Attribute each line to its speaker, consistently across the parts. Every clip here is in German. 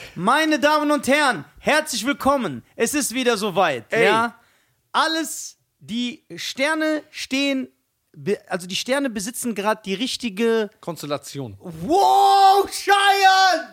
Speaker 1: Meine Damen und Herren, herzlich willkommen. Es ist wieder soweit.
Speaker 2: Ey.
Speaker 1: Ja? Die Sterne besitzen gerade die richtige...
Speaker 2: Konstellation.
Speaker 1: Wow, Cheyenne!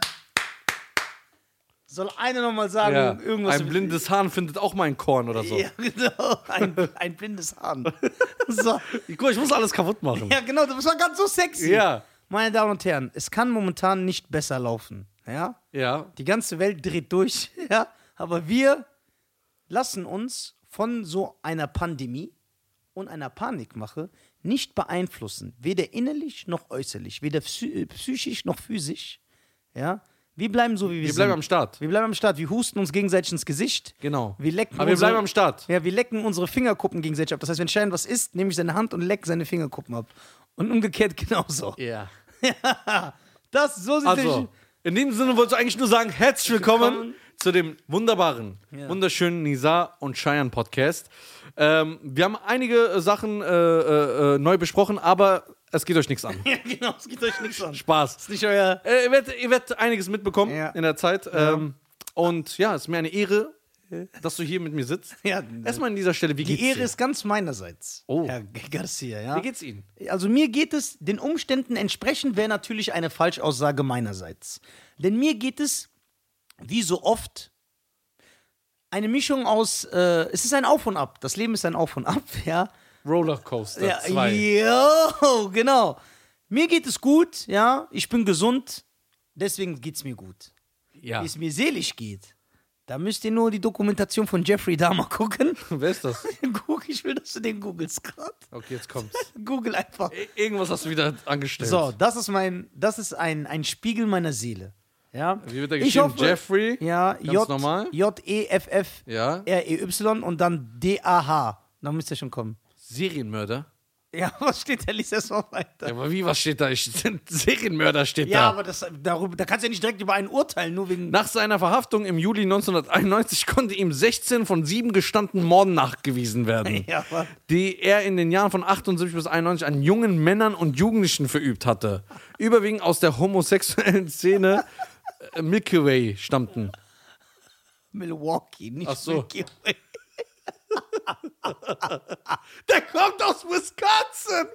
Speaker 1: Soll einer nochmal sagen,
Speaker 2: Ja.
Speaker 1: irgendwas...
Speaker 2: Ein blindes Hahn findet auch mal ein Korn oder so.
Speaker 1: Ja, genau. Ein blindes Hahn. So.
Speaker 2: Guck mal, ich muss alles kaputt machen.
Speaker 1: Ja, genau, das war ganz so sexy.
Speaker 2: Ja.
Speaker 1: Meine Damen und Herren, es kann momentan nicht besser laufen. Ja?
Speaker 2: Ja.
Speaker 1: Die ganze Welt dreht durch. Ja? Aber wir lassen uns von so einer Pandemie und einer Panikmache nicht beeinflussen. Weder innerlich noch äußerlich. Weder psychisch noch physisch. Ja? Wir bleiben so, wie wir sind.
Speaker 2: Wir bleiben am Start.
Speaker 1: Wir bleiben am Start. Wir husten uns gegenseitig ins Gesicht.
Speaker 2: Genau.
Speaker 1: Wir lecken
Speaker 2: Aber wir bleiben am Start.
Speaker 1: Ja, wir lecken unsere Fingerkuppen gegenseitig ab. Das heißt, wenn Stein was isst, nehme ich seine Hand und leck seine Fingerkuppen ab. Und umgekehrt genauso.
Speaker 2: Ja.
Speaker 1: So sieht
Speaker 2: Also, in dem Sinne wollte ich eigentlich nur sagen, herzlich willkommen zu dem wunderbaren, wunderschönen Nizar und Cheyenne Podcast. Wir haben einige Sachen neu besprochen, aber es geht euch nichts an.
Speaker 1: Ja, genau, es geht euch nichts an.
Speaker 2: Spaß.
Speaker 1: Ist nicht euer...
Speaker 2: Ihr werdet einiges mitbekommen in der Zeit. Und ja, es ist mir eine Ehre, dass du hier mit mir sitzt.
Speaker 1: Ja,
Speaker 2: Erstmal an dieser Stelle, wie geht's
Speaker 1: die Ehre
Speaker 2: dir?
Speaker 1: ist ganz meinerseits,
Speaker 2: Oh.
Speaker 1: Herr Garcia. Ja?
Speaker 2: Wie geht's Ihnen?
Speaker 1: Also mir geht es, den Umständen entsprechend wäre natürlich eine Falschaussage meinerseits. Denn mir geht es, wie so oft, eine Mischung aus, es ist ein Auf und Ab. Das Leben ist ein Auf und Ab, ja.
Speaker 2: Rollercoaster 2.
Speaker 1: Jo, genau. Mir geht es gut, ja. Ich bin gesund, deswegen geht's mir gut.
Speaker 2: Ja.
Speaker 1: Wie es mir seelisch geht, da müsst ihr nur die Dokumentation von Jeffrey Dahmer gucken.
Speaker 2: Wer ist das?
Speaker 1: Ich will, dass du den googelst gerade.
Speaker 2: Okay, jetzt kommt's.
Speaker 1: Google einfach.
Speaker 2: Irgendwas hast du wieder angestellt.
Speaker 1: So, das ist ein Spiegel meiner Seele. Ja?
Speaker 2: Wie wird er geschrieben? Jeffrey?
Speaker 1: Ja,
Speaker 2: Ganz normal?
Speaker 1: J-E-F-F-R-E-Y und dann D-A-H. Da müsst ihr schon kommen.
Speaker 2: Serienmörder?
Speaker 1: Ja, was steht da? Lies erst mal weiter.
Speaker 2: Ja, aber wie, was steht da? Serienmörder steht
Speaker 1: Ja,
Speaker 2: da.
Speaker 1: aber da kannst du ja nicht direkt über einen urteilen, nur wegen...
Speaker 2: Nach seiner Verhaftung im Juli 1991 konnte ihm 16 von 7 gestandenen Morden nachgewiesen werden,
Speaker 1: Ja, aber-
Speaker 2: die er in den Jahren von 78 bis 91 an jungen Männern und Jugendlichen verübt hatte. Überwiegend aus der homosexuellen Szene Milky Way stammten.
Speaker 1: Milwaukee, nicht
Speaker 2: Ach so.
Speaker 1: Milky Way.
Speaker 2: Der kommt aus Wisconsin!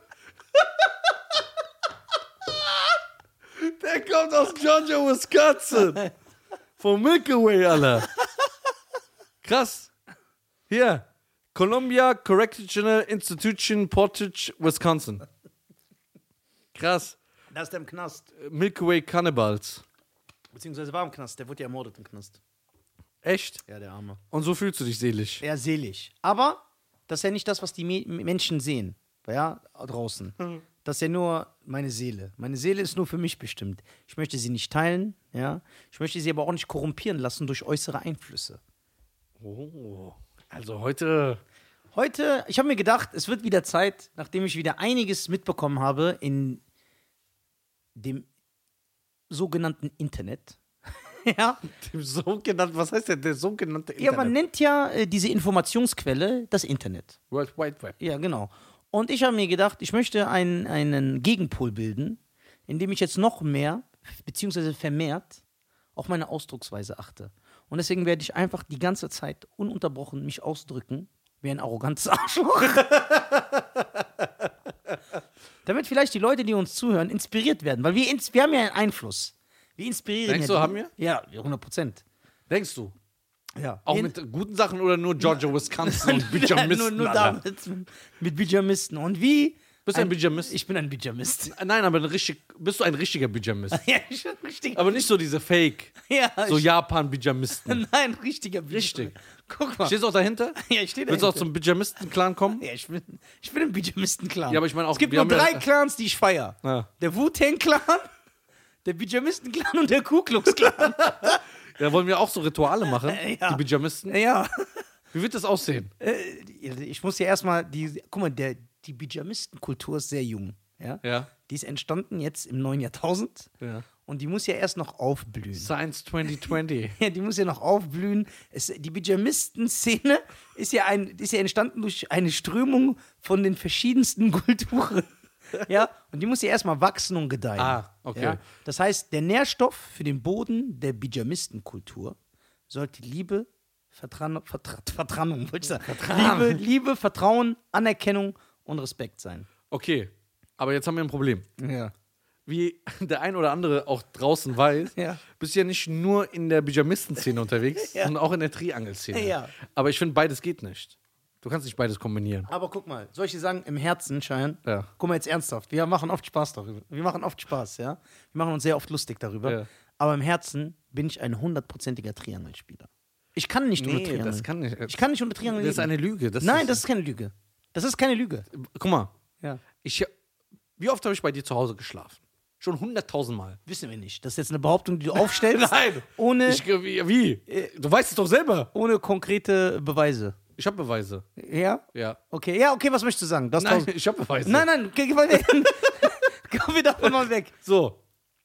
Speaker 2: Der kommt aus Georgia, Wisconsin! Von Milky Way, Alter. Krass. Hier. Columbia Correctional Institution, Portage, Wisconsin. Krass.
Speaker 1: Da ist der im Knast.
Speaker 2: Milky Way Cannibals.
Speaker 1: Beziehungsweise war im Knast. Der wurde ja ermordet im Knast.
Speaker 2: Echt?
Speaker 1: Ja, der Arme.
Speaker 2: Und so fühlst du dich seelisch.
Speaker 1: Eher selig. Aber das ist ja nicht das, was die Menschen sehen. Ja, draußen. Das ist ja nur meine Seele. Meine Seele ist nur für mich bestimmt. Ich möchte sie nicht teilen, ja. Ich möchte sie aber auch nicht korrumpieren lassen durch äußere Einflüsse.
Speaker 2: Oh. Also heute.
Speaker 1: Heute, ich habe mir gedacht, es wird wieder Zeit, nachdem ich wieder einiges mitbekommen habe in dem sogenannten Internet. Ja.
Speaker 2: Dem sogenannten, was heißt denn der sogenannte Internet?
Speaker 1: Ja, man nennt ja diese Informationsquelle das Internet.
Speaker 2: World Wide Web.
Speaker 1: Ja, genau. Und ich habe mir gedacht, ich möchte einen Gegenpol bilden, indem ich jetzt noch mehr, beziehungsweise vermehrt, auf meine Ausdrucksweise achte. Und deswegen werde ich einfach die ganze Zeit ununterbrochen mich ausdrücken, wie ein arrogantes Arschloch. Damit vielleicht die Leute, die uns zuhören, inspiriert werden. Weil wir haben ja einen Einfluss. Wir inspirieren
Speaker 2: Denkst
Speaker 1: ja
Speaker 2: du, haben wir?
Speaker 1: Ja, 100%.
Speaker 2: Denkst du?
Speaker 1: Ja.
Speaker 2: Auch mit guten Sachen oder nur Georgia, Wisconsin und Pyjamisten?
Speaker 1: nur
Speaker 2: Alter?
Speaker 1: damit, mit Pyjamisten. Und wie?
Speaker 2: Bist du ein Pyjamist?
Speaker 1: Ich bin ein Pyjamist.
Speaker 2: Nein, aber bist du ein richtiger Pyjamist?
Speaker 1: Ja, ich bin richtig.
Speaker 2: Aber nicht so diese Fake,
Speaker 1: Ja,
Speaker 2: so Japan-Pyjamisten.
Speaker 1: Nein, richtiger Pyjamist.
Speaker 2: Richtig.
Speaker 1: Guck mal.
Speaker 2: Stehst du auch dahinter?
Speaker 1: Ja, ich stehe da.
Speaker 2: Willst du auch zum Pyjamisten-Clan kommen?
Speaker 1: Ja, ich bin im Pyjamisten-Clan.
Speaker 2: Ja, aber ich meine auch,
Speaker 1: Es gibt
Speaker 2: wir
Speaker 1: nur
Speaker 2: haben ja-
Speaker 1: 3 Clans, die ich feiere.
Speaker 2: Ja.
Speaker 1: Der Wu-Tang-Clan, der Pyjamisten-Clan und der Ku Klux-Clan.
Speaker 2: Ja, wollen wir auch so Rituale machen,
Speaker 1: Ja.
Speaker 2: die Pyjamisten?
Speaker 1: Ja.
Speaker 2: Wie wird das aussehen?
Speaker 1: Ich muss ja erstmal, guck mal, die Pyjamisten-Kultur ist sehr jung. Ja?
Speaker 2: Ja.
Speaker 1: Die ist entstanden jetzt im neuen Jahrtausend.
Speaker 2: Ja.
Speaker 1: Und die muss ja erst noch aufblühen.
Speaker 2: Science 2020.
Speaker 1: Ja, die muss ja noch aufblühen. Die Pyjamisten-Szene ist ja entstanden durch eine Strömung von den verschiedensten Kulturen. Ja, und die muss ja erstmal wachsen und gedeihen.
Speaker 2: Ah, okay.
Speaker 1: Ja? Das heißt, der Nährstoff für den Boden der Bijamistenkultur sollte Liebe, Vertrannung, wollte ich sagen. Liebe, Vertrauen, Anerkennung und Respekt sein.
Speaker 2: Okay, aber jetzt haben wir ein Problem.
Speaker 1: Ja.
Speaker 2: Wie der ein oder andere auch draußen weiß,
Speaker 1: Ja.
Speaker 2: bist du ja nicht nur in der Pyjamisten-Szene unterwegs,
Speaker 1: Ja.
Speaker 2: sondern auch in der Triangel-Szene.
Speaker 1: Ja.
Speaker 2: Aber ich finde, beides geht nicht. Du kannst nicht beides kombinieren.
Speaker 1: Aber guck mal, soll ich dir sagen, im Herzen, Cheyenne,
Speaker 2: Ja.
Speaker 1: guck mal jetzt ernsthaft, wir machen oft Spaß darüber. Wir machen oft Spaß, ja. Wir machen uns sehr oft lustig darüber.
Speaker 2: Ja.
Speaker 1: Aber im Herzen bin ich ein 100%iger Triangelspieler. Ich kann nicht ohne Triangel.
Speaker 2: das kann nicht.
Speaker 1: Ich kann nicht ohne Triangel
Speaker 2: Das ist
Speaker 1: leben.
Speaker 2: eine Lüge.
Speaker 1: Nein, das ist keine Lüge. Das ist keine Lüge.
Speaker 2: Guck mal,
Speaker 1: Ja.
Speaker 2: wie oft habe ich bei dir zu Hause geschlafen? Schon 100.000 Mal.
Speaker 1: Wissen wir nicht. Das ist jetzt eine Behauptung, die du aufstellst.
Speaker 2: Nein.
Speaker 1: Ohne,
Speaker 2: Wie? Du weißt es doch selber.
Speaker 1: ohne konkrete Beweise.
Speaker 2: Ich habe Beweise.
Speaker 1: Ja?
Speaker 2: Ja.
Speaker 1: Okay, ja, okay, was möchtest du sagen? Das
Speaker 2: Nein, ich habe Beweise.
Speaker 1: nein, okay, geh mal weg. Komm wir davon mal weg.
Speaker 2: So.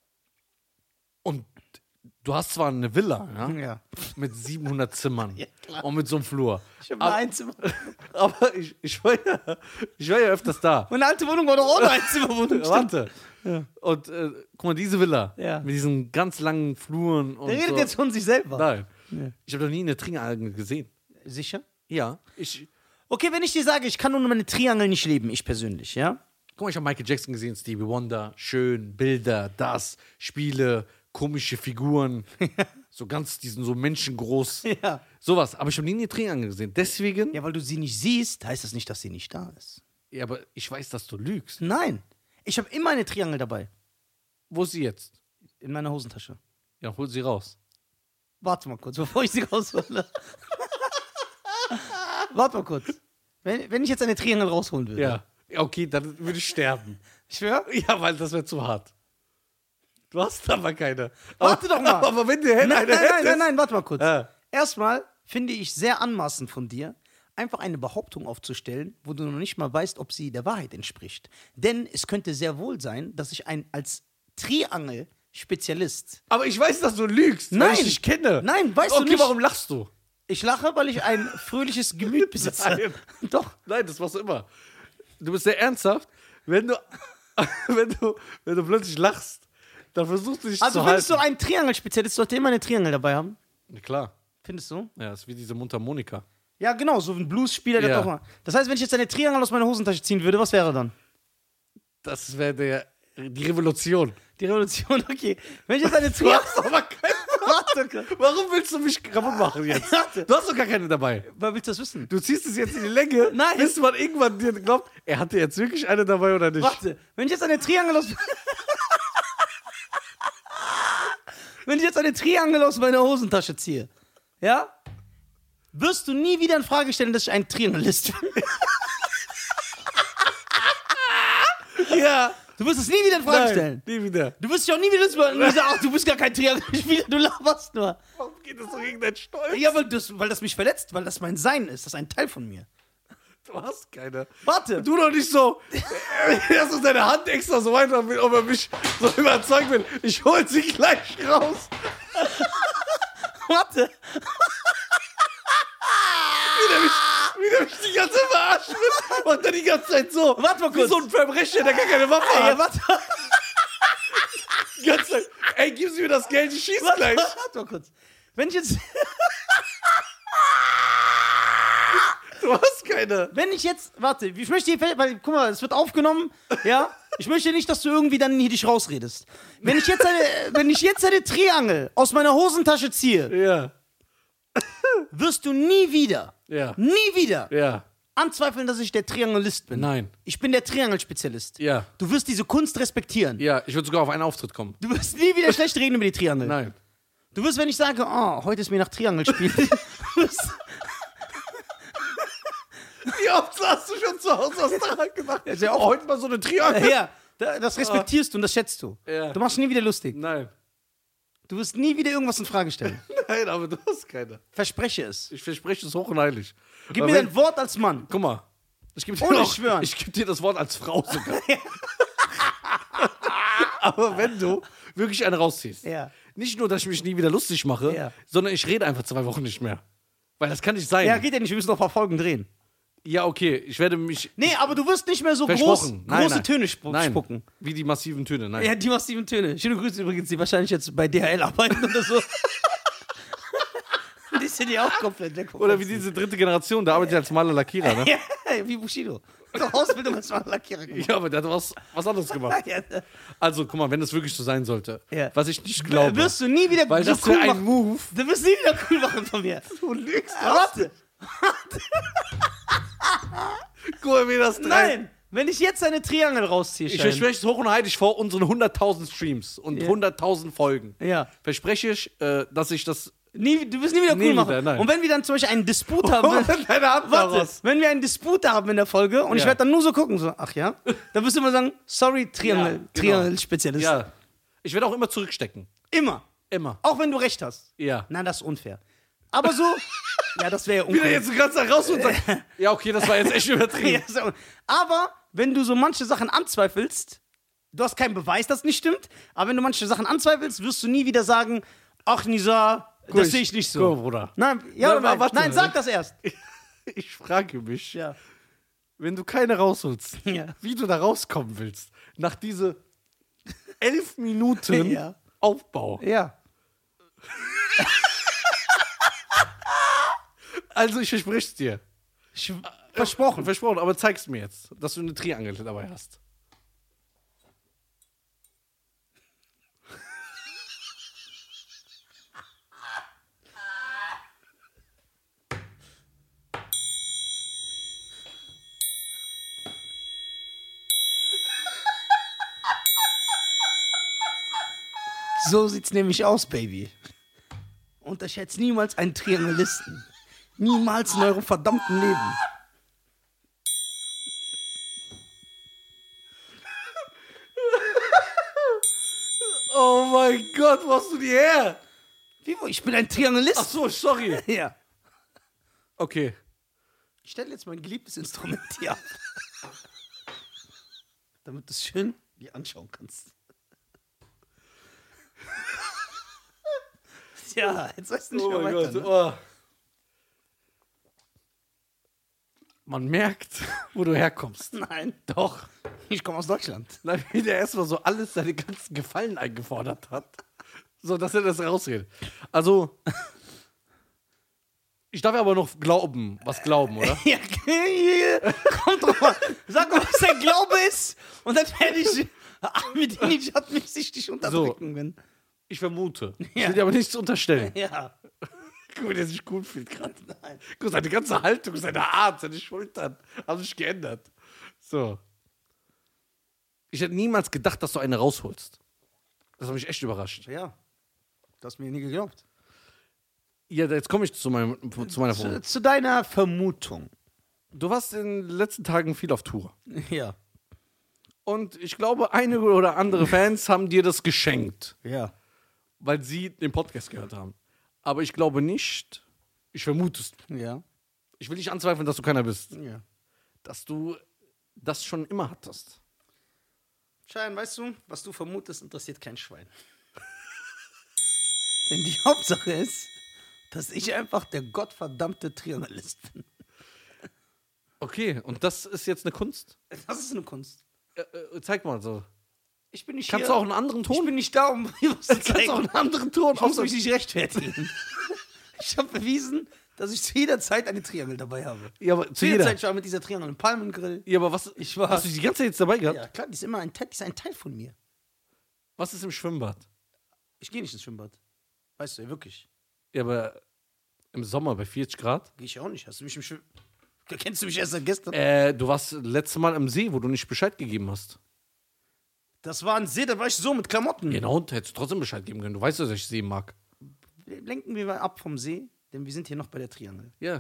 Speaker 2: Und du hast zwar eine Villa, ja?
Speaker 1: Ja.
Speaker 2: Mit 700 Zimmern
Speaker 1: Ja, klar.
Speaker 2: und mit so einem Flur.
Speaker 1: Ich habe nur ein Zimmer.
Speaker 2: Aber ich war ja öfters da.
Speaker 1: Meine alte Wohnung war doch auch eine Einzimmerwohnung. stimmt.
Speaker 2: Warte. Und guck mal, diese Villa
Speaker 1: Ja.
Speaker 2: mit diesen ganz langen Fluren und
Speaker 1: Der redet
Speaker 2: so.
Speaker 1: jetzt von sich selber.
Speaker 2: Nein.
Speaker 1: Ja.
Speaker 2: Ich habe noch nie eine Triangel gesehen.
Speaker 1: Sicher?
Speaker 2: Ja.
Speaker 1: Okay, wenn ich dir sage, ich kann ohne meine Triangel nicht leben, ich persönlich, ja?
Speaker 2: Guck mal, ich habe Michael Jackson gesehen, Stevie Wonder, schön, Bilder, Spiele, komische Figuren, so ganz, die sind so menschengroß,
Speaker 1: Ja.
Speaker 2: sowas. Aber ich habe nie eine Triangel gesehen. Deswegen,
Speaker 1: Ja, weil du sie nicht siehst, heißt das nicht, dass sie nicht da ist.
Speaker 2: ja, aber ich weiß, dass du lügst.
Speaker 1: Nein. Ich habe immer eine Triangel dabei.
Speaker 2: Wo ist sie jetzt?
Speaker 1: In meiner Hosentasche.
Speaker 2: Ja, hol sie raus.
Speaker 1: Warte mal kurz, bevor ich sie raushole. Warte mal kurz. Wenn ich jetzt eine Triangel rausholen würde.
Speaker 2: Ja. Ja, okay, dann würde ich sterben.
Speaker 1: Ich schwör?
Speaker 2: Ja, weil das wäre zu hart. Du hast aber keine.
Speaker 1: Warte doch mal.
Speaker 2: Aber wenn du eine
Speaker 1: Nein, warte mal kurz.
Speaker 2: Ja.
Speaker 1: Erstmal finde ich sehr anmaßend von dir, einfach eine Behauptung aufzustellen, wo du noch nicht mal weißt, ob sie der Wahrheit entspricht. Denn es könnte sehr wohl sein, dass ich als Triangel-Spezialist.
Speaker 2: Aber ich weiß, dass du lügst, weil
Speaker 1: Nein.
Speaker 2: ich dich kenne.
Speaker 1: Nein, weißt du
Speaker 2: Okay,
Speaker 1: nicht.
Speaker 2: warum lachst du?
Speaker 1: Ich lache, weil ich ein fröhliches Gemüt besitze.
Speaker 2: Nein.
Speaker 1: Doch.
Speaker 2: Nein, das machst du immer. Du bist sehr ernsthaft. Wenn du, wenn du plötzlich lachst, dann versuchst du dich
Speaker 1: Also
Speaker 2: zu
Speaker 1: findest du,
Speaker 2: halten.
Speaker 1: ein Triangel-Spezialist sollte immer eine Triangel dabei haben?
Speaker 2: Ja, klar.
Speaker 1: Findest du?
Speaker 2: Ja, das ist wie diese Mundharmonika.
Speaker 1: Ja, genau, so ein Blues-Spieler, der
Speaker 2: Ja.
Speaker 1: hat auch mal. Das heißt, wenn ich jetzt eine Triangel aus meiner Hosentasche ziehen würde, was wäre dann?
Speaker 2: Das wäre die Revolution.
Speaker 1: Die Revolution, okay. Wenn ich jetzt eine Triangel.
Speaker 2: aber keine.
Speaker 1: Warte,
Speaker 2: Warum willst du mich kaputt machen jetzt?
Speaker 1: Warte.
Speaker 2: Du hast doch gar keine dabei.
Speaker 1: woher willst du das wissen?
Speaker 2: Du ziehst es jetzt in die Länge,
Speaker 1: Nein.
Speaker 2: bis man irgendwann dir glaubt, er hatte jetzt wirklich eine dabei oder nicht.
Speaker 1: Warte, wenn ich jetzt eine Triangel aus. Wenn ich jetzt eine Triangel aus meiner Hosentasche ziehe, ja? Wirst du nie wieder in Frage stellen, dass ich ein Triangelist bin.
Speaker 2: Ja.
Speaker 1: Du wirst es nie wieder in Frage
Speaker 2: Nein,
Speaker 1: stellen.
Speaker 2: nie wieder.
Speaker 1: Du wirst dich auch nie wieder sagen, ach, du bist gar kein Triangelspieler, du laberst nur.
Speaker 2: Warum geht das so gegen deinen Stolz?
Speaker 1: Ja, weil das mich verletzt, weil das mein Sein ist, das ist ein Teil von mir.
Speaker 2: Du hast keine.
Speaker 1: Warte.
Speaker 2: Du doch nicht so, dass du deine Hand extra so weiter will, ob er mich so überzeugen will. Ich hol sie gleich raus.
Speaker 1: Warte.
Speaker 2: Wie der mich die ganze Zeit verarschen will, macht er die ganze Zeit so.
Speaker 1: Warte mal
Speaker 2: Wie
Speaker 1: kurz.
Speaker 2: so ein Verbrecher, der gar keine Waffe
Speaker 1: Ja,
Speaker 2: hat.
Speaker 1: warte.
Speaker 2: Die ganze Zeit. Ey, gib sie mir das Geld, ich schieß
Speaker 1: Warte,
Speaker 2: gleich.
Speaker 1: warte mal kurz. Wenn ich jetzt.
Speaker 2: Du hast keine.
Speaker 1: Wenn ich jetzt. Warte, ich möchte hier. Weil, guck mal, es wird aufgenommen. Ja? Ich möchte nicht, dass du irgendwie dann hier dich rausredest. Wenn ich jetzt eine Triangel aus meiner Hosentasche ziehe,
Speaker 2: Ja.
Speaker 1: wirst du nie wieder.
Speaker 2: Ja.
Speaker 1: Nie wieder
Speaker 2: Ja.
Speaker 1: anzweifeln, dass ich der Triangelist bin.
Speaker 2: Nein.
Speaker 1: Ich bin der Triangelspezialist.
Speaker 2: Ja.
Speaker 1: Du wirst diese Kunst respektieren.
Speaker 2: Ja, ich würde sogar auf einen Auftritt kommen.
Speaker 1: Du wirst nie wieder schlecht reden über die Triangel.
Speaker 2: Nein.
Speaker 1: Du wirst, wenn ich sage, oh, heute ist mir nach Triangel spielen.
Speaker 2: Wie oft hast du schon zu Hause was daran gemacht?
Speaker 1: sehr oft.
Speaker 2: Heute mal so eine Triangel.
Speaker 1: Ja, das respektierst du und das schätzt du.
Speaker 2: Ja.
Speaker 1: Du machst nie wieder lustig.
Speaker 2: Nein.
Speaker 1: Du wirst nie wieder irgendwas in Frage stellen.
Speaker 2: Nein, aber du hast keine.
Speaker 1: Verspreche es.
Speaker 2: Ich verspreche es hoch und heilig.
Speaker 1: Gib
Speaker 2: Aber
Speaker 1: mir
Speaker 2: wenn-
Speaker 1: dein Wort als Mann.
Speaker 2: Guck mal. Ich gebe
Speaker 1: Ohne
Speaker 2: dir, auch-
Speaker 1: Schwören.
Speaker 2: ich geb dir das Wort als Frau sogar. Aber wenn du wirklich eine rausziehst,
Speaker 1: Ja.
Speaker 2: nicht nur, dass ich mich nie wieder lustig mache,
Speaker 1: Ja.
Speaker 2: sondern ich rede einfach 2 Wochen nicht mehr. Weil das kann nicht sein.
Speaker 1: Ja, geht ja nicht, wir müssen noch ein paar Folgen drehen.
Speaker 2: Ja, okay, ich werde mich
Speaker 1: Nee, aber du wirst nicht mehr so
Speaker 2: versprochen.
Speaker 1: große Töne
Speaker 2: Nein,
Speaker 1: spucken.
Speaker 2: wie die massiven Töne, nein.
Speaker 1: Ja, die massiven Töne. Schöne Grüße übrigens, die wahrscheinlich jetzt bei DHL arbeiten oder so. Die sind ja auch komplett weg.
Speaker 2: Oder wie diese dritte Generation, da arbeitet als Maler Lackierer, ne?
Speaker 1: Ja, wie Bushido. Doch, Ausbildung als Lackierer gemacht.
Speaker 2: Ja, aber der hat was anderes gemacht.
Speaker 1: Ja,
Speaker 2: Also, guck mal, wenn das wirklich so sein sollte,
Speaker 1: Ja.
Speaker 2: was ich nicht glaube,
Speaker 1: wirst du nie wieder
Speaker 2: weil
Speaker 1: so
Speaker 2: das wäre ein
Speaker 1: machen.
Speaker 2: Move.
Speaker 1: Du wirst nie wieder cool machen von mir.
Speaker 2: Du lügst.
Speaker 1: Warte.
Speaker 2: Guck mal, wie das dreht.
Speaker 1: Nein. Wenn ich jetzt eine Triangel rausziehe,
Speaker 2: Ich verspreche es hoch und heilig vor unseren 100.000 Streams und 100.000 Folgen.
Speaker 1: Ja.
Speaker 2: Verspreche ich, dass ich das.
Speaker 1: Du wirst nie wieder cool
Speaker 2: Nie
Speaker 1: machen.
Speaker 2: wieder, nein.
Speaker 1: Und wenn wir dann zum Beispiel einen Disput haben.
Speaker 2: Deine Hand
Speaker 1: Warte,
Speaker 2: daraus.
Speaker 1: wenn wir einen Disput haben in der Folge und ich
Speaker 2: Ja.
Speaker 1: werde dann nur so gucken, so, ach ja, dann wirst du immer sagen, sorry,
Speaker 2: Ja, genau.
Speaker 1: Triangel-Spezialist.
Speaker 2: Ja. Ich werde auch immer zurückstecken.
Speaker 1: Immer.
Speaker 2: Immer.
Speaker 1: Auch wenn du recht hast.
Speaker 2: Ja.
Speaker 1: Nein, das ist unfair. Aber so, ja, das wäre ja
Speaker 2: Wieder
Speaker 1: unfair.
Speaker 2: jetzt ganz da raus und sagen, ja, okay, das war jetzt echt übertrieben.
Speaker 1: Ja, so. Aber wenn du so manche Sachen anzweifelst, du hast keinen Beweis, dass es nicht stimmt, aber wenn du manche Sachen anzweifelst, wirst du nie wieder sagen, ach Nisa, das sehe ich nicht so.
Speaker 2: Guck, Bruder.
Speaker 1: Nein, ja,
Speaker 2: Na,
Speaker 1: oder nein?
Speaker 2: warte.
Speaker 1: Nein, sag das erst.
Speaker 2: Ich frage mich,
Speaker 1: Ja.
Speaker 2: wenn du keine rausholst,
Speaker 1: Ja.
Speaker 2: wie du da rauskommen willst, nach diese 11 Minuten
Speaker 1: Ja.
Speaker 2: Aufbau.
Speaker 1: Ja.
Speaker 2: Also ich verspreche es dir.
Speaker 1: Versprochen.
Speaker 2: Versprochen, aber zeig's mir jetzt, dass du eine Triangel dabei hast.
Speaker 1: So sieht's nämlich aus, Baby. Unterschätzt niemals einen Triangelisten. Niemals in eurem verdammten Leben.
Speaker 2: Oh mein Gott, wo hast du die her?
Speaker 1: Wie, ich bin ein Triangelist.
Speaker 2: Ach so, sorry.
Speaker 1: Ja.
Speaker 2: Okay.
Speaker 1: Ich stelle jetzt mein geliebtes Instrument hier ab. Damit du es schön dir anschauen kannst. Ja, jetzt weißt du nicht mehr weiter. Ne?
Speaker 2: Oh. Man merkt, wo du herkommst.
Speaker 1: Nein,
Speaker 2: Doch.
Speaker 1: ich komme aus Deutschland.
Speaker 2: Nein, wie der erstmal so alles seine ganzen Gefallen eingefordert hat. So, dass er das rausredet. Also, ich darf aber noch glauben, was glauben, oder?
Speaker 1: Ja, kommt drauf an. Sag mal, was dein Glaube ist. Und dann werde ich mit Initiatmäßig dich unterdrücken. Wenn.
Speaker 2: Ich vermute. Ich
Speaker 1: Ja.
Speaker 2: will dir aber nichts unterstellen.
Speaker 1: Ja.
Speaker 2: Guck, wie der sich gut fühlt gerade.
Speaker 1: Nein.
Speaker 2: Guck, seine ganze Haltung, seine Art, seine Schultern haben sich geändert. So. Ich hätte niemals gedacht, dass du eine rausholst. Das hat mich echt überrascht.
Speaker 1: Ja. Du hast mir nie geglaubt.
Speaker 2: Ja, jetzt komme ich zu meiner Frage.
Speaker 1: Zu deiner Vermutung.
Speaker 2: Du warst in den letzten Tagen viel auf Tour.
Speaker 1: Ja.
Speaker 2: Und ich glaube, einige oder andere Fans haben dir das geschenkt,
Speaker 1: Ja.
Speaker 2: weil sie den Podcast gehört haben. Aber ich glaube nicht, ich vermute es.
Speaker 1: Ja.
Speaker 2: Ich will nicht anzweifeln, dass du keiner bist.
Speaker 1: Ja.
Speaker 2: Dass du das schon immer hattest.
Speaker 1: Schein, weißt du, was du vermutest, interessiert kein Schwein. Denn die Hauptsache ist, dass ich einfach der gottverdammte Triangelist bin.
Speaker 2: Okay, und das ist jetzt eine Kunst?
Speaker 1: Das ist eine Kunst.
Speaker 2: Zeig mal so.
Speaker 1: Ich bin nicht
Speaker 2: Kannst
Speaker 1: hier.
Speaker 2: du auch einen anderen
Speaker 1: Ich
Speaker 2: Ton?
Speaker 1: bin nicht da, um mir was zu
Speaker 2: Kannst du auch
Speaker 1: zeigen.
Speaker 2: einen anderen Ton?
Speaker 1: Ich muss mich nicht rechtfertigen. Ich habe bewiesen, dass ich zu jeder Zeit eine Triangel dabei habe.
Speaker 2: Ja, aber zu
Speaker 1: Zu jeder
Speaker 2: jeder.
Speaker 1: Zeit, ich war mit dieser Triangel im Palmengrill.
Speaker 2: Ja, aber was?
Speaker 1: Ich war-
Speaker 2: Hast du die ganze Zeit jetzt dabei gehabt?
Speaker 1: Ja, klar, die ist immer ein Teil, die ist ein Teil von mir.
Speaker 2: Was ist im Schwimmbad?
Speaker 1: Ich gehe nicht ins Schwimmbad. Weißt du, ja, wirklich.
Speaker 2: Ja, aber im Sommer bei 40 Grad?
Speaker 1: Gehe ich auch nicht. Hast du mich im Schwimmbad? Kennst du mich erst seit gestern?
Speaker 2: Du warst letztes Mal im See, wo du nicht Bescheid gegeben hast.
Speaker 1: Das war ein See, da war ich so mit Klamotten.
Speaker 2: Genau, und hättest du trotzdem Bescheid geben können. Du weißt ja, dass ich See mag.
Speaker 1: Lenken wir mal ab vom See, denn wir sind hier noch bei der Triangel.
Speaker 2: Ja.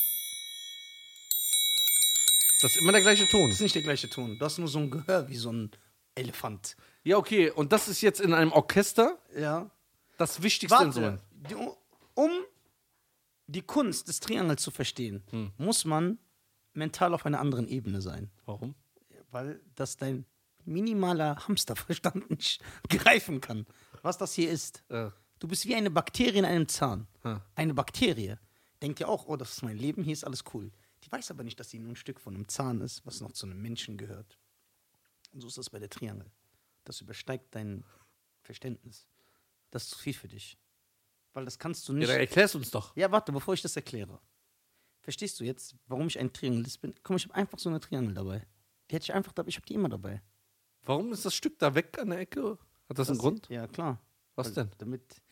Speaker 2: Das ist immer der gleiche Ton.
Speaker 1: Das ist nicht der gleiche Ton. Du hast nur so ein Gehör wie so ein Elefant.
Speaker 2: Ja, okay. Und das ist jetzt in einem Orchester
Speaker 1: Ja.
Speaker 2: das wichtigste Instrument.
Speaker 1: Um die Kunst des Triangels zu verstehen, muss man mental auf einer anderen Ebene sein.
Speaker 2: Warum?
Speaker 1: Weil das dein minimaler Hamsterverstand nicht greifen kann, was das hier ist. Du bist wie eine Bakterie in einem Zahn.
Speaker 2: Hm.
Speaker 1: Eine Bakterie denkt ja auch, oh, das ist mein Leben, hier ist alles cool. Die Ich weiß aber nicht, dass sie nur ein Stück von einem Zahn ist, was noch zu einem Menschen gehört. Und so ist das bei der Triangel. Das übersteigt dein Verständnis. Das ist zu viel für dich. Weil das kannst du
Speaker 2: Ja,
Speaker 1: nicht.
Speaker 2: dann erklärst du uns doch.
Speaker 1: Ja, warte, bevor ich das erkläre. Verstehst du jetzt, warum ich ein Triangelist bin? Komm, ich habe einfach so eine Triangel dabei. Die hätte ich einfach dabei. Ich habe die immer dabei.
Speaker 2: Warum ist das Stück da weg an der Ecke? Hat das einen Grund?
Speaker 1: Ja, klar.
Speaker 2: Was
Speaker 1: Weil-
Speaker 2: denn?
Speaker 1: Damit.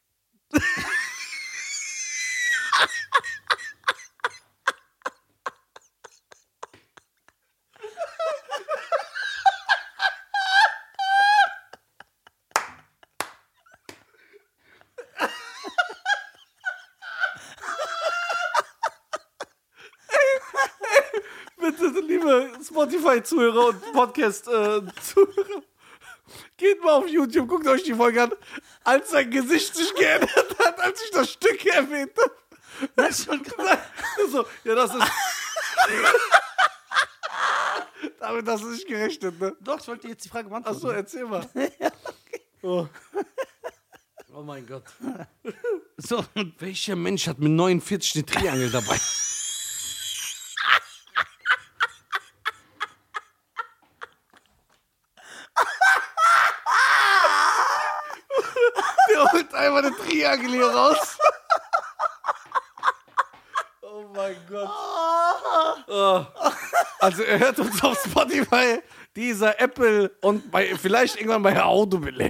Speaker 2: Bitte, liebe Spotify-Zuhörer und Podcast-Zuhörer, geht mal auf YouTube, guckt euch die Folge an, als sein Gesicht sich geändert hat, als ich das Stück erwähnt habe.
Speaker 1: Das ist schon krass.
Speaker 2: So, ja, das ist... Damit hast du nicht gerechnet, ne?
Speaker 1: Doch, ich wollte jetzt die Frage beantworten.
Speaker 2: Achso, erzähl mal. Oh. Oh mein Gott.
Speaker 1: So, und
Speaker 2: Welcher Mensch hat mit 49 eine Triangel dabei? Der holt einfach eine Triangel hier raus. Oh mein Gott. Oh. Also er hört uns auf Spotify, dieser Apple und vielleicht irgendwann bei Audible.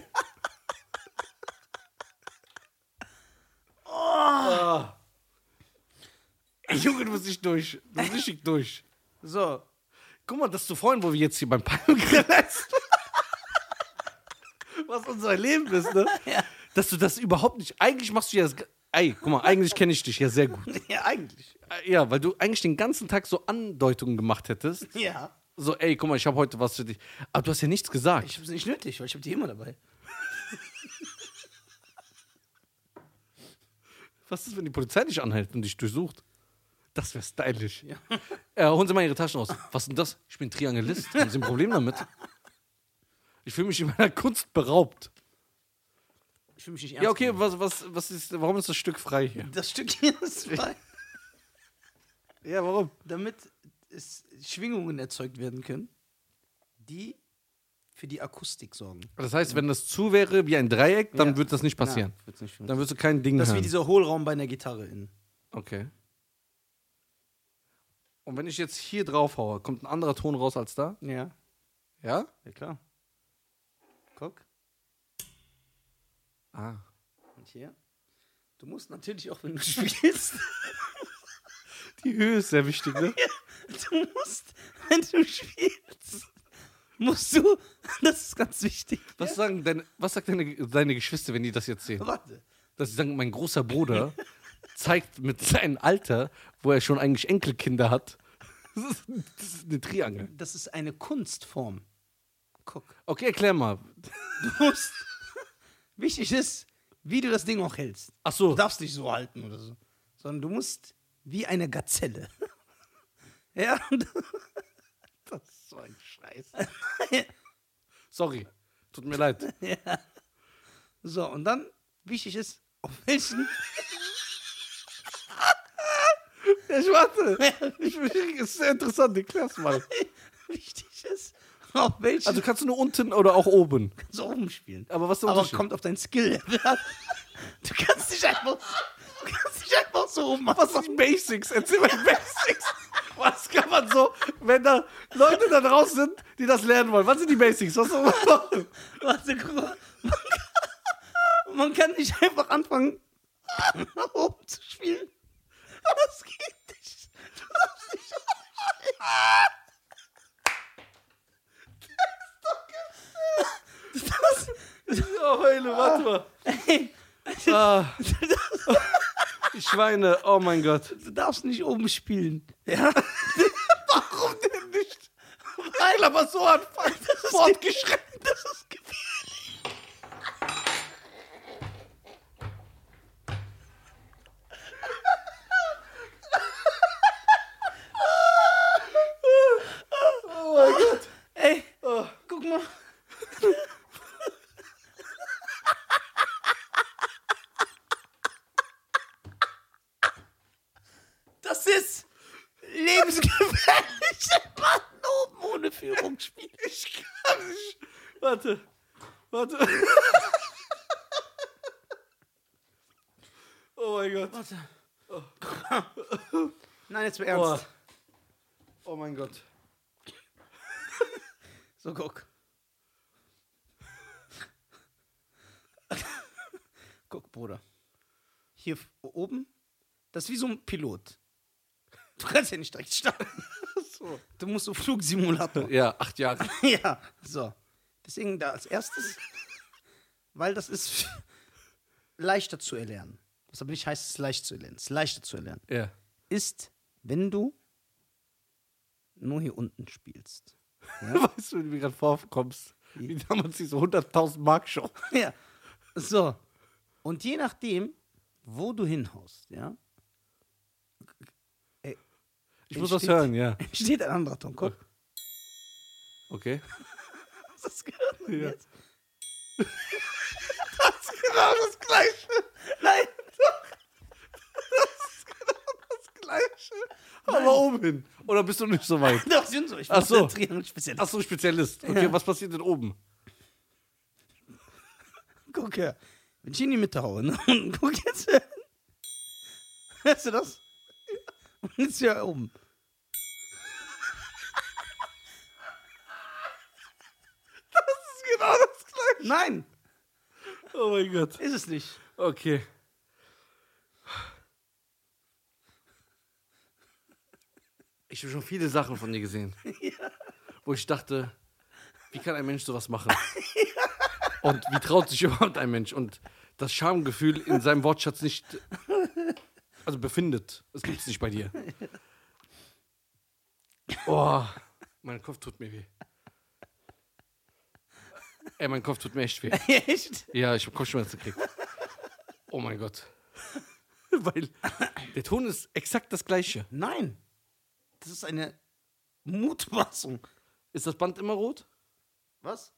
Speaker 2: Oh. Ey, Junge, du bist nicht durch. Du bist richtig durch.
Speaker 1: so.
Speaker 2: Guck mal, dass du vorhin, wo wir jetzt hier beim Palmgrill essen, was unser Leben ist, ne?
Speaker 1: Ja.
Speaker 2: Dass du das überhaupt nicht, eigentlich machst du ja das, ey, guck mal, eigentlich kenne ich dich ja sehr gut.
Speaker 1: Ja, eigentlich.
Speaker 2: Ja, weil du eigentlich den ganzen Tag so Andeutungen gemacht hättest.
Speaker 1: Ja.
Speaker 2: So, ey, guck mal, ich habe heute was für dich. Aber du hast ja nichts gesagt.
Speaker 1: Ich hab's nicht nötig, weil ich hab die immer dabei.
Speaker 2: Was ist, wenn die Polizei dich anhält und dich durchsucht? Das wäre stylisch.
Speaker 1: Ja.
Speaker 2: Holen Sie mal Ihre Taschen raus. Was ist denn das? Ich bin Triangelist. Haben Sie ein Problem damit? Ich fühle mich in meiner Kunst beraubt.
Speaker 1: Ich fühle mich nicht ernst.
Speaker 2: Ja, okay,
Speaker 1: genommen.
Speaker 2: was ist, warum ist das Stück frei hier?
Speaker 1: Das Stück hier ist frei,
Speaker 2: Ja, warum?
Speaker 1: damit es Schwingungen erzeugt werden können, die für die Akustik sorgen.
Speaker 2: Das heißt, wenn das zu wäre wie ein Dreieck, dann
Speaker 1: Ja.
Speaker 2: wird das nicht passieren.
Speaker 1: Na, wird's nicht
Speaker 2: Dann wirst du kein Ding
Speaker 1: das ist wie
Speaker 2: hören.
Speaker 1: dieser Hohlraum bei einer Gitarre innen.
Speaker 2: Okay. Und wenn ich jetzt hier drauf haue, kommt ein anderer Ton raus als da?
Speaker 1: Ja.
Speaker 2: Ja?
Speaker 1: Ja, klar. Guck.
Speaker 2: Ah.
Speaker 1: Und hier. Du musst natürlich auch, wenn du spielst,
Speaker 2: Die Höhe ist sehr wichtig, ne?
Speaker 1: du musst, wenn du spielst, musst du, das ist ganz wichtig.
Speaker 2: Was sagt deine Geschwister, wenn die das jetzt sehen?
Speaker 1: Warte.
Speaker 2: Dass sie sagen, mein großer Bruder zeigt mit seinem Alter, wo er schon eigentlich Enkelkinder hat, das ist eine Triangel.
Speaker 1: Das ist eine Kunstform. Guck.
Speaker 2: Okay, erklär mal.
Speaker 1: Du musst, wichtig ist, wie du das Ding auch hältst.
Speaker 2: Ach so.
Speaker 1: Du darfst nicht so halten oder so. Sondern du musst wie eine Gazelle. Ja.
Speaker 2: Das ist so ein Scheiß. Sorry, tut mir leid.
Speaker 1: So, und dann, wichtig ist, auf welchen.
Speaker 2: Ja, ich warte. Ist sehr interessant, erklär's mal.
Speaker 1: Wichtig ist, auf welchen.
Speaker 2: Also kannst du nur unten oder auch oben?
Speaker 1: kannst du oben spielen.
Speaker 2: Aber was ist der
Speaker 1: Aber
Speaker 2: Unterschied?
Speaker 1: kommt auf dein Skill. Du kannst nicht einfach so oben machen.
Speaker 2: Was sind die Basics? Erzähl mal die Basics. Was kann man so, wenn da Leute da draußen sind, die das lernen wollen? Was sind die Basics? Was soll man machen?
Speaker 1: Warte, guck mal. Man kann nicht einfach anfangen, nach oben zu spielen. Das geht nicht. Du darfst nicht
Speaker 2: Oh, Heule, warte mal.
Speaker 1: Hey,
Speaker 2: Ah. Ich Schweine, oh mein Gott.
Speaker 1: du darfst nicht oben spielen. Ja?
Speaker 2: Warum denn nicht? Weil aber so an fortgeschritten.
Speaker 1: Das ist gefährlich.
Speaker 2: Oh mein Gott.
Speaker 1: Ey,
Speaker 2: Oh.
Speaker 1: guck mal. Das ist lebensgefährliche Mann oben ohne Führung spielt.
Speaker 2: Ich kann nicht. Warte. Oh mein Gott.
Speaker 1: Warte. Nein, jetzt mal ernst.
Speaker 2: Oh mein Gott.
Speaker 1: So, guck. Guck, Bruder. Hier oben, das ist wie so ein Pilot. Du kannst ja nicht direkt starten.
Speaker 2: So.
Speaker 1: Du musst so Flugsimulator.
Speaker 2: Ja, 8 Jahre.
Speaker 1: Ja, so. Deswegen da als erstes, weil das ist leichter zu erlernen. Was aber nicht heißt, es ist leicht zu erlernen. Es ist leichter zu erlernen.
Speaker 2: Ja.
Speaker 1: Ist, wenn du nur hier unten spielst.
Speaker 2: Weißt du, wie du mir gerade vorkommst? Wie damals diese 100.000 Mark Show.
Speaker 1: Ja. So. Und je nachdem, wo du hinhaust, ja.
Speaker 2: Ich muss was hören, ja.
Speaker 1: Steht ein anderer Ton, guck.
Speaker 2: Okay.
Speaker 1: Was ist das gehört man
Speaker 2: Ja.
Speaker 1: jetzt? Das ist genau das Gleiche. Nein.
Speaker 2: Das ist genau das Gleiche. Aber oben hin. Oder bist du nicht so weit?
Speaker 1: Doch, sind so. Ich
Speaker 2: Ach so.
Speaker 1: Speziell.
Speaker 2: Ach so, Spezialist. Okay,
Speaker 1: Ja.
Speaker 2: was passiert denn oben?
Speaker 1: Guck her. Wenn ich in die Mitte haue, ne? Und guck jetzt hin. Hörst du das? Und jetzt hier oben.
Speaker 2: Das ist genau das Gleiche.
Speaker 1: Nein,
Speaker 2: Oh mein Gott.
Speaker 1: ist es nicht.
Speaker 2: Okay. Ich habe schon viele Sachen von dir gesehen, wo ich dachte, wie kann ein Mensch sowas machen? Und wie traut sich überhaupt ein Mensch? Und das Schamgefühl in seinem Wortschatz nicht, also befindet. Das gibt es nicht bei dir. Oh, mein Kopf tut mir weh. Ey, mein Kopf tut mir echt weh.
Speaker 1: Echt?
Speaker 2: Ja, ich habe Kopfschmerzen gekriegt. Oh mein Gott. Weil der Ton ist exakt das gleiche.
Speaker 1: Nein. Das ist eine Mutmaßung.
Speaker 2: Ist das Band immer rot?
Speaker 1: Was?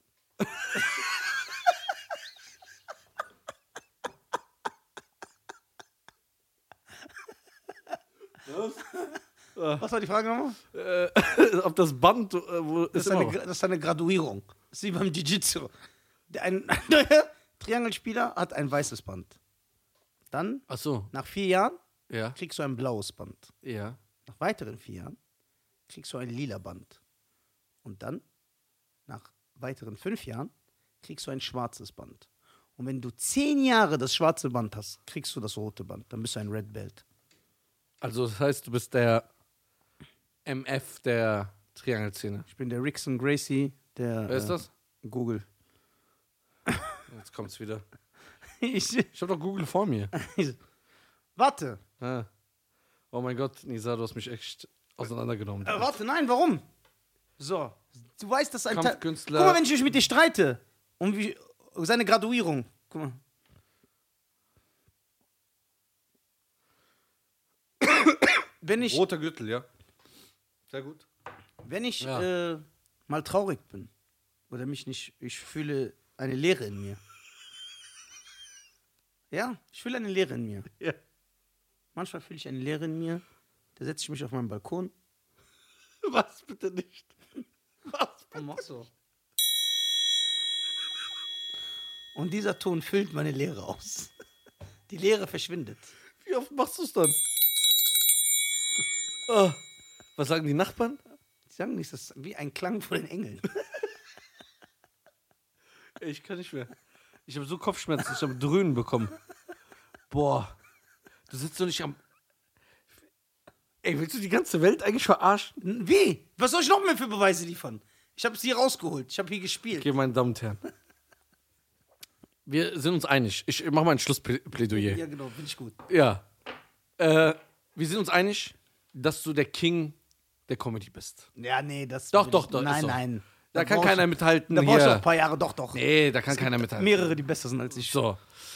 Speaker 1: Was war die Frage nochmal?
Speaker 2: Ob das Band wo
Speaker 1: Das
Speaker 2: ist immer
Speaker 1: das ist eine Graduierung. Das ist wie beim Jiu-Jitsu. Ein neuer Triangelspieler hat ein weißes Band. Dann,
Speaker 2: Ach so,
Speaker 1: nach 4 Jahren,
Speaker 2: ja,
Speaker 1: kriegst du ein blaues Band.
Speaker 2: ja.
Speaker 1: Nach weiteren 4 Jahren kriegst du ein lila Band. Und dann, nach weiteren 5 Jahren, kriegst du ein schwarzes Band. Und wenn du 10 Jahre das schwarze Band hast, kriegst du das rote Band. Dann bist du ein Red Belt.
Speaker 2: Also das heißt, du bist der MF der Triangelszene.
Speaker 1: Ich bin der Rickson Gracie, der
Speaker 2: Wer ist das?
Speaker 1: Google.
Speaker 2: Jetzt kommt's wieder.
Speaker 1: Ich,
Speaker 2: Ich habe doch Google vor mir.
Speaker 1: warte.
Speaker 2: Ah. Oh mein Gott, Nisa, du hast mich echt auseinandergenommen.
Speaker 1: Warte, nein, warum? So, du weißt, dass ein
Speaker 2: Kampfkünstler.
Speaker 1: Guck mal, wenn ich mich mit dir streite, um seine Graduierung. Guck mal. Wenn ich,
Speaker 2: Roter Gürtel, ja. Sehr gut.
Speaker 1: wenn ich
Speaker 2: Ja.
Speaker 1: mal traurig bin oder mich nicht, ich fühle eine Leere in mir. Ja, ich fühle eine Leere in mir.
Speaker 2: Ja.
Speaker 1: Manchmal fühle ich eine Leere in mir, da setze ich mich auf meinen Balkon
Speaker 2: Was bitte nicht? Was?
Speaker 1: und mach so. Und dieser Ton füllt meine Leere aus. Die Leere verschwindet.
Speaker 2: Wie oft machst du es dann? Oh. Was sagen die Nachbarn?
Speaker 1: Die sagen nicht, das ist wie ein Klang von den Engeln.
Speaker 2: Ey, ich kann nicht mehr. Ich habe so Kopfschmerzen, ich habe Dröhnen bekommen. Boah. Du sitzt doch nicht am. Ey, willst du die ganze Welt eigentlich verarschen?
Speaker 1: Wie? Was soll ich noch mehr für Beweise liefern? Ich habe es hier rausgeholt. Ich habe hier gespielt.
Speaker 2: Okay, meine Damen und Herren. Wir sind uns einig. Ich mache mal ein Schlussplädoyer.
Speaker 1: Ja, genau, finde ich gut.
Speaker 2: Ja. Wir sind uns einig, dass du der King der Comedy bist.
Speaker 1: Ja, nee, das.
Speaker 2: Doch,
Speaker 1: will
Speaker 2: doch,
Speaker 1: ich-
Speaker 2: doch, ist
Speaker 1: Nein,
Speaker 2: so.
Speaker 1: nein.
Speaker 2: Da kann
Speaker 1: brauch
Speaker 2: keiner
Speaker 1: ich-
Speaker 2: mithalten.
Speaker 1: Da brauchst du
Speaker 2: hier.
Speaker 1: noch ein paar Jahre, doch.
Speaker 2: Nee, da kann keiner mithalten.
Speaker 1: Mehrere, die besser sind als ich.
Speaker 2: So.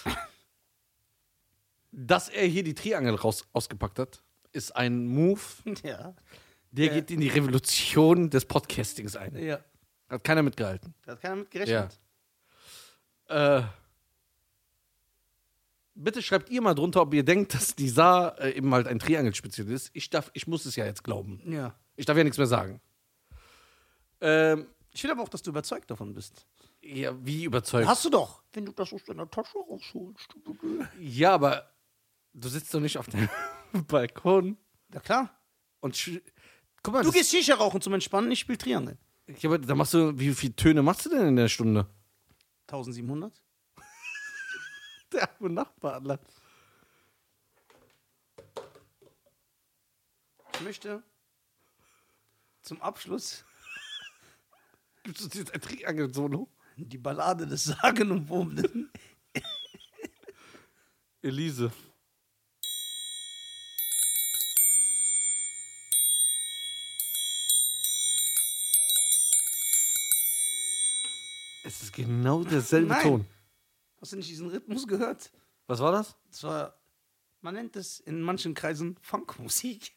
Speaker 2: Dass er hier die Triangel ausgepackt hat, ist ein Move,
Speaker 1: Ja.
Speaker 2: der geht in die Revolution des Podcastings ein.
Speaker 1: Ja.
Speaker 2: Hat keiner mitgehalten.
Speaker 1: Da hat keiner mit gerechnet.
Speaker 2: bitte schreibt ihr mal drunter, ob ihr denkt, dass Nizar eben halt ein Triangelspezialist ist. Ich muss es ja jetzt glauben.
Speaker 1: Ja.
Speaker 2: Ich darf ja nichts mehr sagen.
Speaker 1: Ich will aber auch, dass du überzeugt davon bist.
Speaker 2: Ja, wie überzeugt?
Speaker 1: Hast du doch. Wenn du das aus deiner Tasche rausholst.
Speaker 2: Ja, aber du sitzt doch nicht auf dem Balkon
Speaker 1: Ja, klar.
Speaker 2: und guck mal,
Speaker 1: Du gehst Shisha rauchen zum Entspannen, ich spiele Triangel.
Speaker 2: ja, aber da machst du, wie viele Töne machst du denn in der Stunde?
Speaker 1: 1700?
Speaker 2: Der arme Nachbar, Alter.
Speaker 1: Ich möchte zum Abschluss
Speaker 2: Gibst du uns jetzt ein Triangel-Solo?
Speaker 1: die Ballade des sagenumwobenen
Speaker 2: Elise. Es ist genau derselbe
Speaker 1: Nein.
Speaker 2: Ton.
Speaker 1: Hast du nicht diesen Rhythmus gehört?
Speaker 2: Was war das?
Speaker 1: Das war, man nennt es in manchen Kreisen Funkmusik.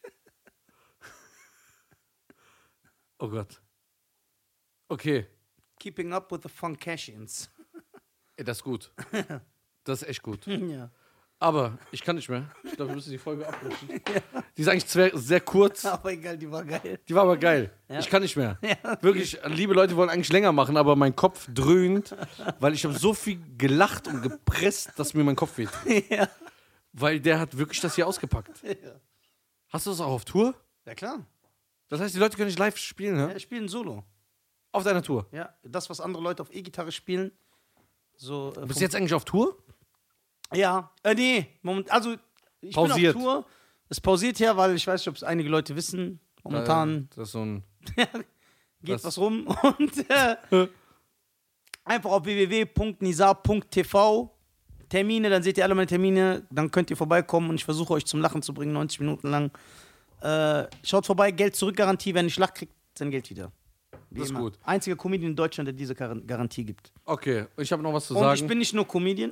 Speaker 2: Oh Gott. Okay.
Speaker 1: Keeping up with the Funkashians.
Speaker 2: Ey, das ist gut. Das ist echt gut.
Speaker 1: Ja.
Speaker 2: Aber ich kann nicht mehr. Ich glaube, wir müssen die Folge abbrechen. Die ist eigentlich sehr kurz.
Speaker 1: Aber egal, die war geil.
Speaker 2: Die war aber geil.
Speaker 1: Ja.
Speaker 2: Ich kann nicht mehr.
Speaker 1: Ja, okay.
Speaker 2: Wirklich, liebe Leute wollen eigentlich länger machen, aber mein Kopf dröhnt, weil ich habe so viel gelacht und gepresst, dass mir mein Kopf weht.
Speaker 1: Ja.
Speaker 2: Weil der hat wirklich das hier ausgepackt.
Speaker 1: Ja.
Speaker 2: Hast du das auch auf Tour?
Speaker 1: Ja, klar.
Speaker 2: Das heißt, die Leute können nicht live spielen,
Speaker 1: Ja,
Speaker 2: ne?
Speaker 1: ich spiele ein Solo.
Speaker 2: Auf deiner Tour.
Speaker 1: Ja, das, was andere Leute auf E-Gitarre spielen. So,
Speaker 2: Bist du jetzt eigentlich auf Tour?
Speaker 1: Ja, nee, also ich
Speaker 2: Pausiert.
Speaker 1: bin auf Tour. Es pausiert ja, weil ich weiß nicht, ob es einige Leute wissen. Momentan
Speaker 2: Das ist so ein.
Speaker 1: geht was rum. Und einfach auf www.nizar.tv Termine, dann seht ihr alle meine Termine. Dann könnt ihr vorbeikommen und ich versuche euch zum Lachen zu bringen, 90 Minuten lang. Schaut vorbei, Geld zurück Garantie. Wenn ich lach, kriegt sein Geld wieder. Wie
Speaker 2: Das ist
Speaker 1: immer.
Speaker 2: gut.
Speaker 1: Einziger Comedian in Deutschland, der diese Garantie gibt.
Speaker 2: Okay, ich habe noch was zu
Speaker 1: Und
Speaker 2: sagen.
Speaker 1: ich bin nicht nur Comedian,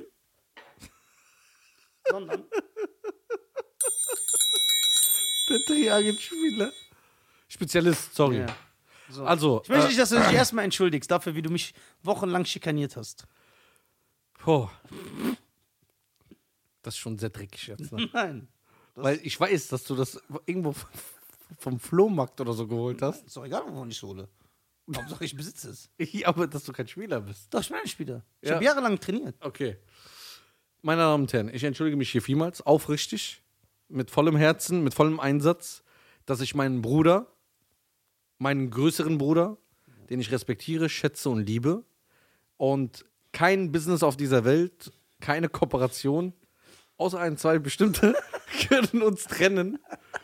Speaker 1: sondern
Speaker 2: der Triangelspieler. Spezialist, sorry.
Speaker 1: Ja. So.
Speaker 2: Also,
Speaker 1: Ich möchte nicht, dass du dich erstmal entschuldigst dafür, wie du mich wochenlang schikaniert hast.
Speaker 2: boah. Das ist schon sehr dreckig jetzt. Ne?
Speaker 1: Nein.
Speaker 2: Weil ich weiß, dass du das irgendwo vom Flohmarkt oder so geholt hast.
Speaker 1: Ist doch egal, wovon ich es hole. Hauptsache, ich besitze es.
Speaker 2: Ja, aber dass du kein Spieler bist.
Speaker 1: Doch, ich bin ein Spieler. Ich
Speaker 2: Ja.
Speaker 1: habe jahrelang trainiert.
Speaker 2: Okay. Meine Damen und Herren, ich entschuldige mich hier vielmals, aufrichtig, mit vollem Herzen, mit vollem Einsatz, dass ich meinen Bruder, meinen größeren Bruder, den ich respektiere, schätze und liebe, und kein Business auf dieser Welt, keine Kooperation, außer ein, zwei bestimmte, können uns trennen.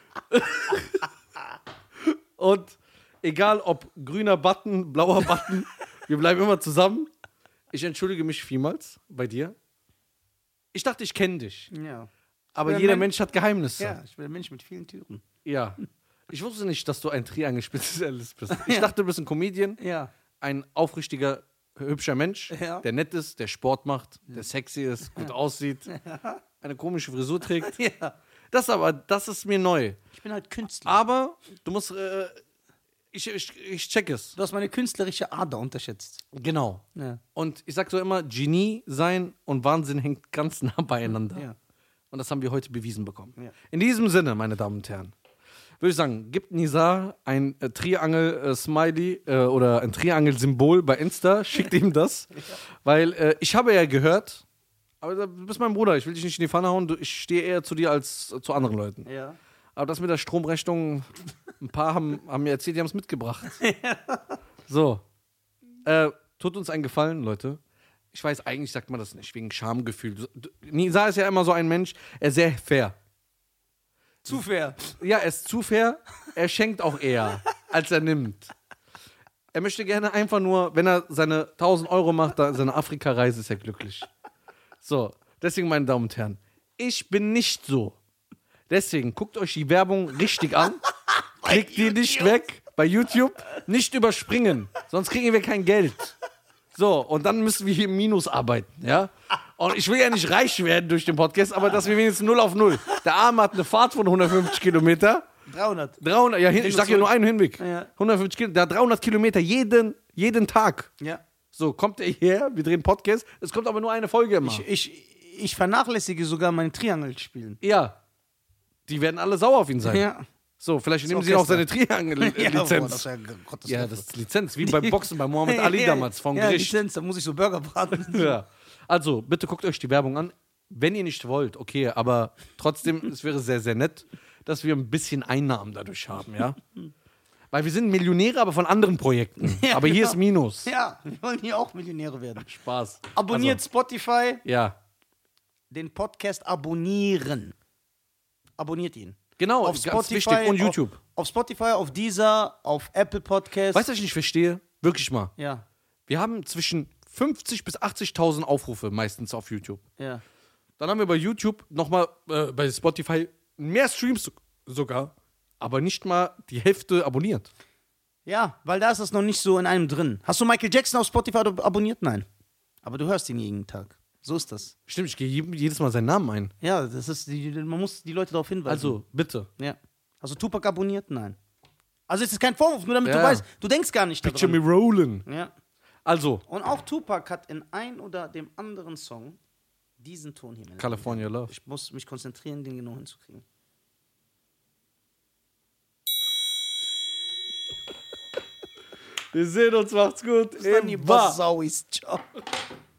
Speaker 2: Und egal ob grüner Button, blauer Button, wir bleiben immer zusammen. Ich entschuldige mich vielmals bei dir. Ich dachte, ich kenne dich.
Speaker 1: Ja.
Speaker 2: Aber
Speaker 1: bin ein
Speaker 2: jeder
Speaker 1: Mensch-
Speaker 2: Mensch hat Geheimnisse.
Speaker 1: Ja, ich bin ein Mensch mit vielen Türen.
Speaker 2: Ja. Ich wusste nicht, dass du ein Triangel-Spezialist bist. Ich dachte, du bist ein Comedian,
Speaker 1: Ja.
Speaker 2: ein aufrichtiger, hübscher Mensch,
Speaker 1: Ja.
Speaker 2: der nett ist, der Sport macht, der sexy ist, gut aussieht, eine komische Frisur trägt.
Speaker 1: Ja.
Speaker 2: Das ist mir neu.
Speaker 1: Ich bin halt Künstler.
Speaker 2: Aber du musst, ich check es.
Speaker 1: Du hast meine künstlerische Ader unterschätzt.
Speaker 2: Genau.
Speaker 1: Ja.
Speaker 2: Und ich sag so immer, Genie sein und Wahnsinn hängt ganz nah beieinander.
Speaker 1: Ja.
Speaker 2: Und das haben wir heute bewiesen bekommen.
Speaker 1: Ja.
Speaker 2: In diesem Sinne, meine Damen und Herren, würde ich sagen, gibt Nizar ein Triangel-Smiley oder ein Triangel-Symbol bei Insta, schickt ihm das. Weil ich habe ja gehört, aber du bist mein Bruder, ich will dich nicht in die Pfanne hauen, ich stehe eher zu dir als zu anderen Leuten.
Speaker 1: Ja.
Speaker 2: Aber das mit der Stromrechnung, ein paar haben mir erzählt, die haben es mitgebracht. So. Tut uns einen Gefallen, Leute. Ich weiß, eigentlich sagt man das nicht, wegen Schamgefühl. Nizar ist ja immer so ein Mensch, er ist sehr fair.
Speaker 1: Zu fair.
Speaker 2: Ja, er ist zu fair, er schenkt auch eher, als er nimmt. Er möchte gerne einfach nur, wenn er seine 1000 Euro macht, seine Afrika-Reise, ist er glücklich. So, deswegen, meine Damen und Herren, ich bin nicht so. Deswegen, guckt euch die Werbung richtig an, klickt die nicht weg, bei YouTube, nicht überspringen, sonst kriegen wir kein Geld. So, und dann müssen wir hier im Minus arbeiten, ja? Und ich will ja nicht reich werden durch den Podcast, aber dass wir wenigstens 0 auf 0. Der Arme hat eine Fahrt von 150 Kilometer.
Speaker 1: 300.
Speaker 2: 300, ja, ich sag ja nur einen Hinweg.
Speaker 1: Ja.
Speaker 2: 150 Kilometer, der hat 300 Kilometer jeden Tag.
Speaker 1: Ja.
Speaker 2: So, kommt er hierher, wir drehen Podcast, es kommt aber nur eine Folge immer.
Speaker 1: ich vernachlässige sogar meine Triangel spielen.
Speaker 2: Ja. Die werden alle sauer auf ihn sein.
Speaker 1: Ja.
Speaker 2: So, vielleicht nehmen sie auch seine Triangel-Lizenz.
Speaker 1: Ja,
Speaker 2: Das ist Lizenz, wie beim Boxen bei Mohammed Ali damals vom Gericht.
Speaker 1: Lizenz, da muss ich so Burger braten.
Speaker 2: Ja. Also, bitte guckt euch die Werbung an. Wenn ihr nicht wollt, okay, aber trotzdem, es wäre sehr, sehr nett, dass wir ein bisschen Einnahmen dadurch haben, ja? Weil wir sind Millionäre, aber von anderen Projekten.
Speaker 1: Ja,
Speaker 2: aber hier
Speaker 1: genau.
Speaker 2: ist Minus.
Speaker 1: Ja, wir wollen hier auch Millionäre werden.
Speaker 2: Spaß.
Speaker 1: Abonniert
Speaker 2: Also,
Speaker 1: Spotify,
Speaker 2: ja.
Speaker 1: den Podcast abonnieren. Abonniert ihn.
Speaker 2: Genau,
Speaker 1: Auf
Speaker 2: ganz
Speaker 1: Spotify,
Speaker 2: wichtig. Und YouTube.
Speaker 1: Auf Spotify, auf Deezer, auf Apple Podcasts.
Speaker 2: Weißt du, was ich nicht verstehe? Wirklich mal.
Speaker 1: Ja,
Speaker 2: Wir haben zwischen 50.000 bis 80.000 Aufrufe meistens auf YouTube.
Speaker 1: ja.
Speaker 2: Dann haben wir bei YouTube nochmal bei Spotify mehr Streams sogar, aber nicht mal die Hälfte abonniert.
Speaker 1: Ja, weil da ist das noch nicht so in einem drin. Hast du Michael Jackson auf Spotify abonniert? Nein. Aber du hörst ihn jeden Tag. So ist das.
Speaker 2: Stimmt, ich gehe jedes Mal seinen Namen ein.
Speaker 1: Ja, das ist man muss die Leute darauf hinweisen.
Speaker 2: Also, bitte.
Speaker 1: Ja. Hast du Tupac abonniert? Nein. Also es ist kein Vorwurf, nur damit du
Speaker 2: Ja.
Speaker 1: weißt, du denkst gar nicht
Speaker 2: Picture me
Speaker 1: daran.
Speaker 2: rolling.
Speaker 1: Ja.
Speaker 2: Also,
Speaker 1: Und auch Tupac hat in ein oder dem anderen Song diesen Ton hier.
Speaker 2: California Love.
Speaker 1: Ich muss mich konzentrieren, den genau hinzukriegen.
Speaker 2: Wir sehen uns, macht's gut.
Speaker 1: Bis dann, die Basauis. Ciao.